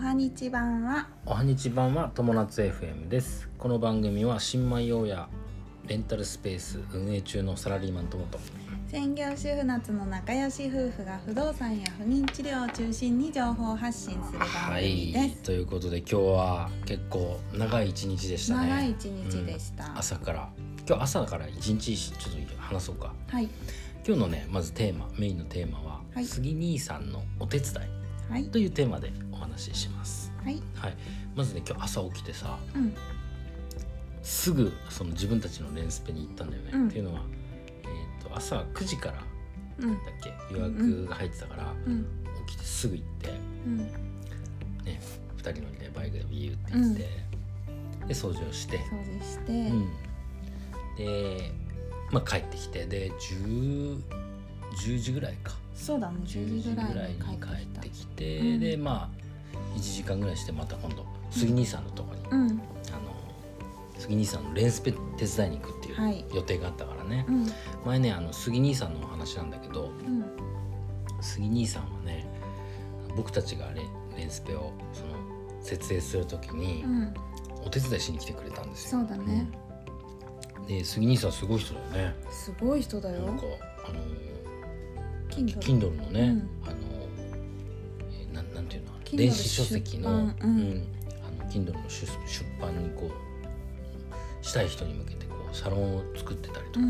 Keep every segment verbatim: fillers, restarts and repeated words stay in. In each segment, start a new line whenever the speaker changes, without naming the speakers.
はにち版は
おはにち版は友達 エフエム です。この番組は新米用やレンタルスペース運営中のサラリーマン友と
専業主婦夏の仲良し夫婦が不動産や不妊治療を中心に情報発信する番組です。
はい、ということで今日は結構長い一日でしたね。
長い一日でした、
うん、朝から今日朝だから一日ちょっと話そうか。
はい、
今日のねまずテーマメインのテーマは、はい、杉兄さんのお手伝い、はい、というテーマでお話しします。はい、はい、まずね今日朝起きてさ、うん、すぐその自分たちのレンスペに行ったんだよね、うん、っていうのは、えー、と朝くじからだっけ、うん、予約が入ってたから、うん、起きてすぐ行って、うんね、ふたり乗りでバイクでビューって行って、うん、で掃除をして
掃除して、うん、
で、まあ、帰ってきてでじゅう、じゅうじぐらいか
そうだねじゅうじぐらいに帰
ってきて、うん、でまあいちじかんぐらいしてまた今度杉兄さんのところに、うん、あの杉兄さんのレンスペ手伝いに行くっていう予定があったからね、はい、うん、前ねあの杉兄さんのお話なんだけど、うん、杉兄さんはね僕たちがレレンスペをその設営するときに、うん、お手伝いしに来てくれたんですよ。
そうだね、
うん、で杉兄さんすごい人だよね。
すごい人だよ。
なんかあの
Kindle
のね、うん、あのえななんていうの電子書籍の、うんうん、あの Kindle の 出, 出版にこうしたい人に向けてこうサロンを作ってたりとか、うんうん、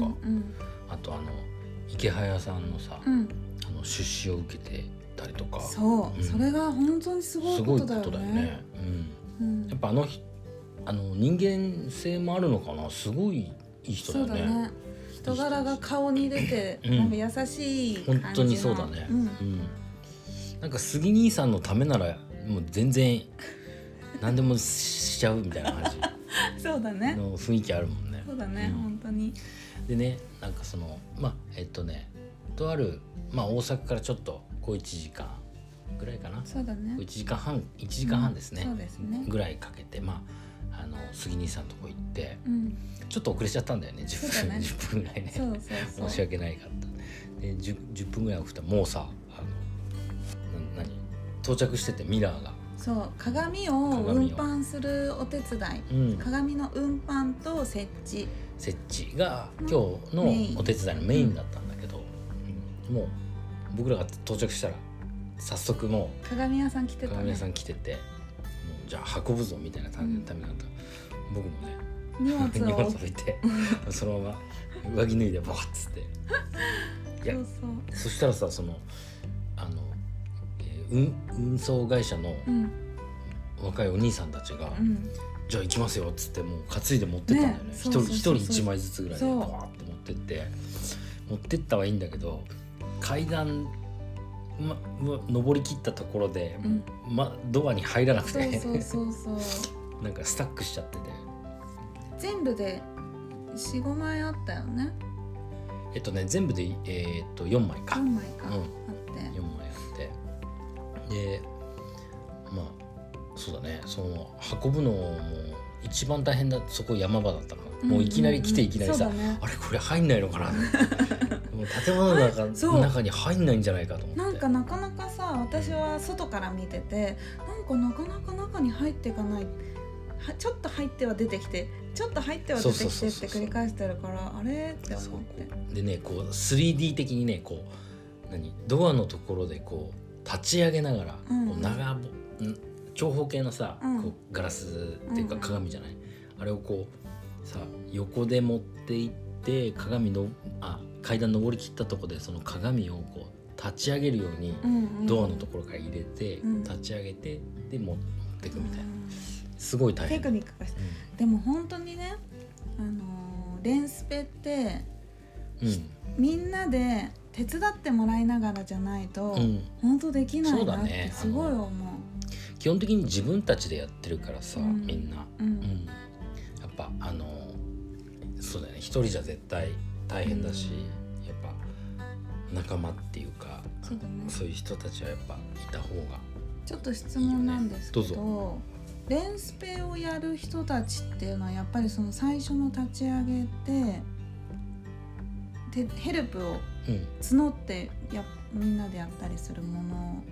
あとあの池早さんのさ、うん、あの出資を受けてたりとか、
そう、うん、それが本当にすごいことだよね。
すごいことだよね、うんうん、やっぱあのあの人間性もあるのかな。すごいいい人だよね。
そうだね、人柄が顔に出て、うん、なんか優しい感じの、
本当にそうだね、うんうん、なんか杉兄さんのためならもう全然何でもしちゃうみたいな感じ
そうだね
の雰囲気あるもんね。
そうだね、うん、本当に。
でねなんかそのまあえっとねとある、まあ、大阪からちょっとこういちじかんぐらいかな。
そうだね、
いちじかんはんいちじかんはんですね、
うん、そうですね
ぐらいかけて、まあ、あの杉兄さんのとこ行って、うん、ちょっと遅れちゃったんだよね。じゅっぷん、ね、じゅっぷんぐらいね。
そうそうそう、
申し訳ないかったで 10, じゅっぷんぐらい遅れたらもうさあのな何到着しててミラーが
そう鏡を運搬するお手伝い、うん、鏡の運搬と設置
設置が今日のお手伝いのメインだったんだけど、うん、もう僕らが到着したら早速もう
鏡屋さん来てたね。
鏡屋さん来ててもうじゃあ運ぶぞみたいな感じのためだった、うん、僕もね
荷物を
荷物置いてそのまま上着脱いでバーッつっていやそうそう、そしたらさそのあの、えー、運, 運送会社の若いお兄さんたちが、うん、じゃあ行きますよっつってもう担いで持ってったんだよね。一、ね、人一人一枚ずつぐらいでバーって持ってって持ってったはいいんだけど階段、ま、登り切ったところで、うんま、ドアに入らなくて
そうそうそうそう
なんかスタックしちゃってて
全部で よん,ご 枚あったよね。
えっとね全部で、えー、っとよんまいか
よんまいか、うん、あ
ってよんまいあってでまあそうだねその運ぶのも一番大変だそこ山場だったから、うんうんうん、もういきなり来ていきなりさ、ね、あれこれ入んないのかなもう建物の 中, 中に入んないんじゃないかと思って
なんかなかなかさ私は外から見ててなんかなかなか中に入っていかないちょっと入っては出てきてちょっと入っては出てきてって繰り返してるからあれって思って
でねこう スリーディー 的にねこう何ドアのところでこう立ち上げながら、うん、こう長ぼ長方形のさ、うん、こうガラスっていうか鏡じゃない、うん、あれをこうさ横で持っていって鏡のあ階段登り切ったところでその鏡をこう立ち上げるようにドアのところから入れて、うんうん、立ち上げてで持っていくみたいな、うん、すごい大変
テクニックが、うん、でも本当にね、あのー、レンスペって、うん、みんなで手伝ってもらいながらじゃないと、うん、本当できないなってすごい思う。
基本的に自分たちでやってるからさ、うん、みんな、うんうん、やっぱあのそうだよね一人じゃ絶対大変だし、うん、やっぱ仲間っていうかそうだね、そういう人たちはやっぱいた方がいいよね。
ちょっと質問なんですけど、
どうぞ。
レンスペをやる人たちっていうのはやっぱりその最初の立ち上げてでヘルプを募ってやみんなでやったりするもの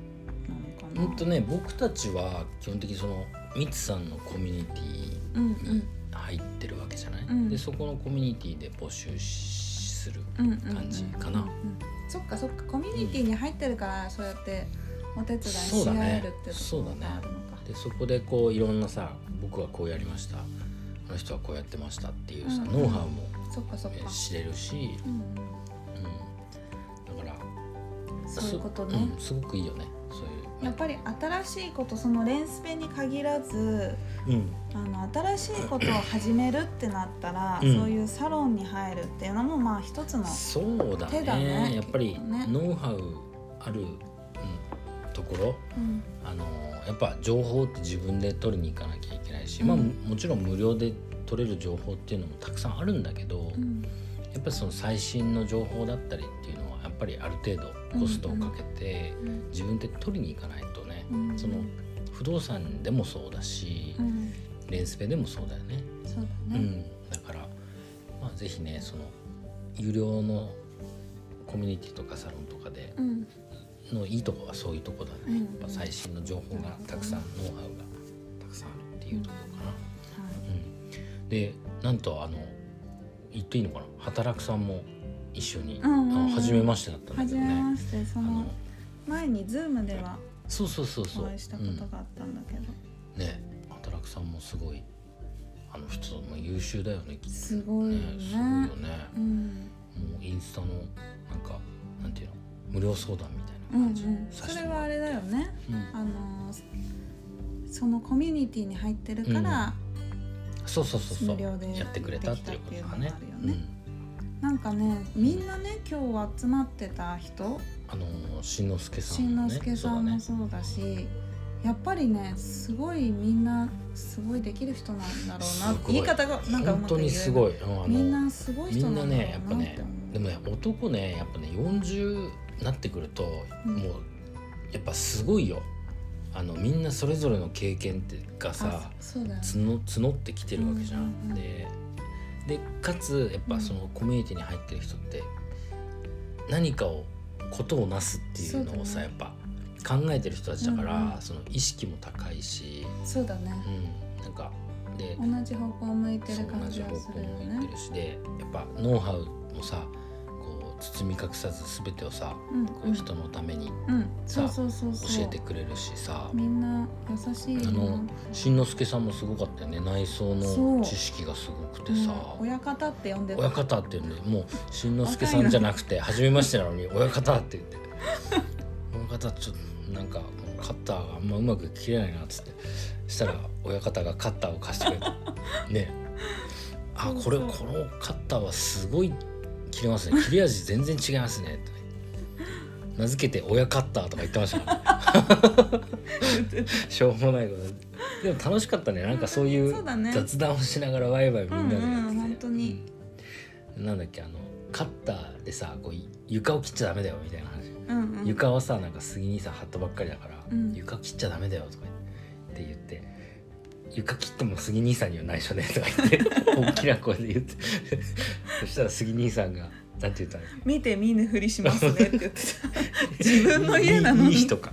なのかな。
ほんとね、僕たちは基本的にそのミツさんのコミュニティに入ってるわけじゃない、うんうん、でそこのコミュニティで募集する感じかな。
そっかそっか、コミュニティに入ってるからそうやってお手伝いし合えるってところがあるのか。
でそこでこういろんなさ、僕はこうやりました、あの人はこうやってましたっていうさ、うんうん、ノウハウも
そっかそっか
知れるし、うんうん、だから
そういうことね、
うん、すごくいいよね。そういう
やっぱり新しいこと、そのレンスペに限らず、うん、あの新しいことを始めるってなったら、うん、そういうサロンに入るっていうのもまあ一つの手だね。
そうだね、やっぱりノウハウある、うん、ところ、うん、あのやっぱ情報って自分で取りに行かなきゃいけないし、うん、まあもちろん無料で取れる情報っていうのもたくさんあるんだけど、うん、やっぱりその最新の情報だったりっていうのはやっぱりある程度コストをかけて自分で取りに行かないとね、うん、その不動産でもそうだし、うん、レンスペでもそうだよね。
そうだね、うん、
だから、まあ、ぜひね、その有料のコミュニティとかサロンとかで、うんのいいとこはそういうとこだね、うん、やっぱ最新の情報がたくさん、ノウハウがたくさんあるっていうところかな、うんうん、でなんとあの言っていいのかな、働くさんも一緒に、うんうんうん、初めましてだったんだけどね。
初めまして、その前にズームでは
そうそうそうそうお
会いしたことがあったんだけど、
うん、ね、働くさんもすごい、あの人も優秀だよね、きっと
すごいよね、
すごいよね、うん、もうインスタのなんかなんていうの、無料相談みたいな感じ、うんうん、
それはあれだよね、うん、あのそのコミュニティに入ってるから、
うん、そうそうそうそう無料でやってくれたっていうことがね、
うん、なんかね、みんなね、今日集まってた人、
あのしんのすけさ
んもね、しんのすけさんもそうだし、そうだね、やっぱりね、すごいみんなすごいできる人なんだろうな、言い方がなんかうまく言えない、本当に
すごい、
みんなすごい人なんだろうなって思う。みんなね、
やっぱね、でもね、男ね、やっぱね、よんじゅうなってくると、うん、もうやっぱすごいよ、あのみんなそれぞれの経験ってがさ、ね、募, 募ってきてるわけじゃん、うんうんうん、で, でかつやっぱそのコミュニティに入ってる人って何かをことをなすっていうのをさ、ね、やっぱ考えてる人たちだから、うんうん、その意識も高いし、
そうだね、
うん、なんかで
同じ方向を向いてる感じがするよね。
同じ方向を向いてるし、でやっぱノウハウもさ、包み隠さず全てをさ、うん、こう人のためにさ、教えてくれるしさ、
みんな優しいよ。
あのしんのすけさんもすごかったよね、内装の知識がすごくてさ、
うん、親方って呼んでた。
親方って呼んで、もうしんのすけさんじゃなくて初めましてなのに親方って言って親方ちょっとなんかカッターがあんまうまく切れないなっつって、したら親方がカッターを貸してくれたね、あ、これこのカッターはすごい切れますね、切れ味全然違いますねって名付けて親カッターとか言ってましたねしょうもないことでも楽しかったね、なんかそういう雑談をしながらワイワイみんなでやってて、うんうん、
本当に、
うん、なんだっけ、あのカッターでさ、こう床を切っちゃダメだよみたいな話、うんうん、床をさ、なんか杉にさ貼ったばっかりだから、うん、床切っちゃダメだよとかって言って、床切っても杉兄さんには内緒ねとか言って大きな声で言ってそしたら杉兄さんがなんて言ったの、
見て見ぬふりしますねって言ってた自分の家なのに
いい人か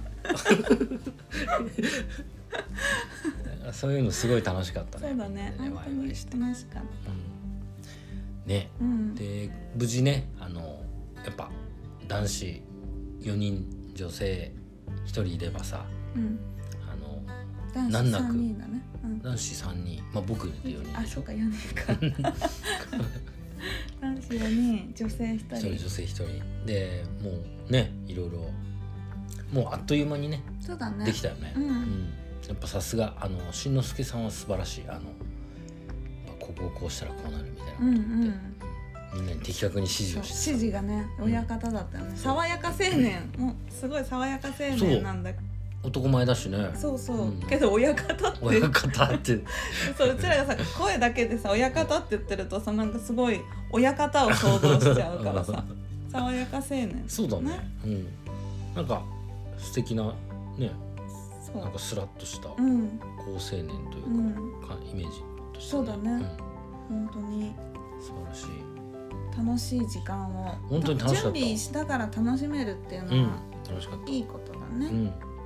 そういうのすごい楽しかったね。
そうだね、本当に楽しかった、うん、
ね、うん、で無事ね、あのやっぱ男子よにん女性ひとりいればさ、うん、あの
男子さんにんだね、
うん、男子さんにん、まあ僕でよにんでしょ。
あ、そうか、よにんか男子よにん、女性ひとり、
ひとり女性ひとりで、もうね、いろいろもうあっという間にね、
そうだね、
できたよね、うんうん、やっぱさすがあのしんのすけさんは素晴らしい、あのここをこうしたらこうなるみたいなことって、うんうん、みんなに的確に指示をして、
指示がね、親方だったよね、うん、爽やか青年、もうすごい爽やか青年なんだ、
男前だしね。
そうそう、うん、けど親方って
親方って
そう、うちらがさ、声だけでさ親方って言ってるとさ、なんかすごい親方を想像しちゃうからさ爽やか青年、
そうだね、ね、うん、なんか素敵なね、なんかスラッとした好青年というか、うん、イメージとして、
ね、そうだね、うん、本当に
素晴らしい、
楽しい時間を
本当に楽しかった、
準備しながら楽しめるっていうのは、うん、楽しかった、いいことだね、
うん、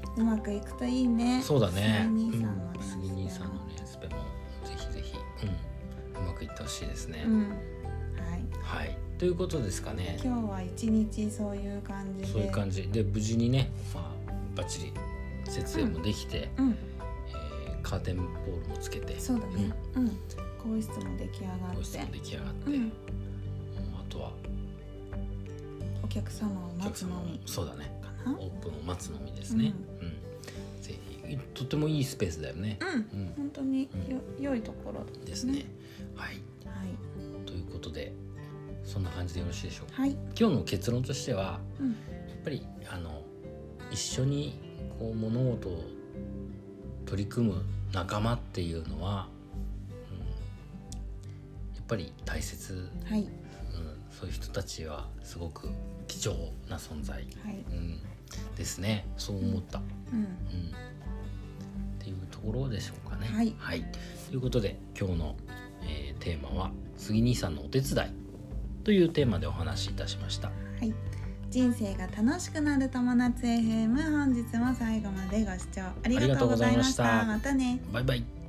うまくいくといいね。
そうだね。
杉兄さんの
レンスペもぜひぜひ、うん、うまくいってほしいですね。
うん、はい、
はい、ということですかね。
今日は一日そういう感じで
そういう感じで無事にね、まあ、バッチリ設営もできて、うんうん、えー、カーテンボールもつけて、
そうだね、うんうん、更衣室も出来上がって
更衣室も出来上がって、うん、もうあとは
お客様を待つのみ。
そうだね、オープンを待つのみですね、うんうん、ぜひとてもいいスペースだよね。
うん、うん、本当によ、うん、良いところ
ですね。はい、はい、ということでそんな感じでよろしいでしょうか。
はい、
今日の結論としては、うん、やっぱりあの一緒にこう物事を取り組む仲間っていうのは、うん、やっぱり大切、はい、うん、そういう人たちはすごく貴重な存在、はい、うん、ですね。そう思った、うんうん、っていうところでしょうかね。はい、はい、ということで今日の、えー、テーマは杉兄さんのお手伝いというテーマでお話しいたしました。
はい、人生が楽しくなる友達 エフエム、本日も最後までご視聴ありがとうございました。またね。
バイバイ。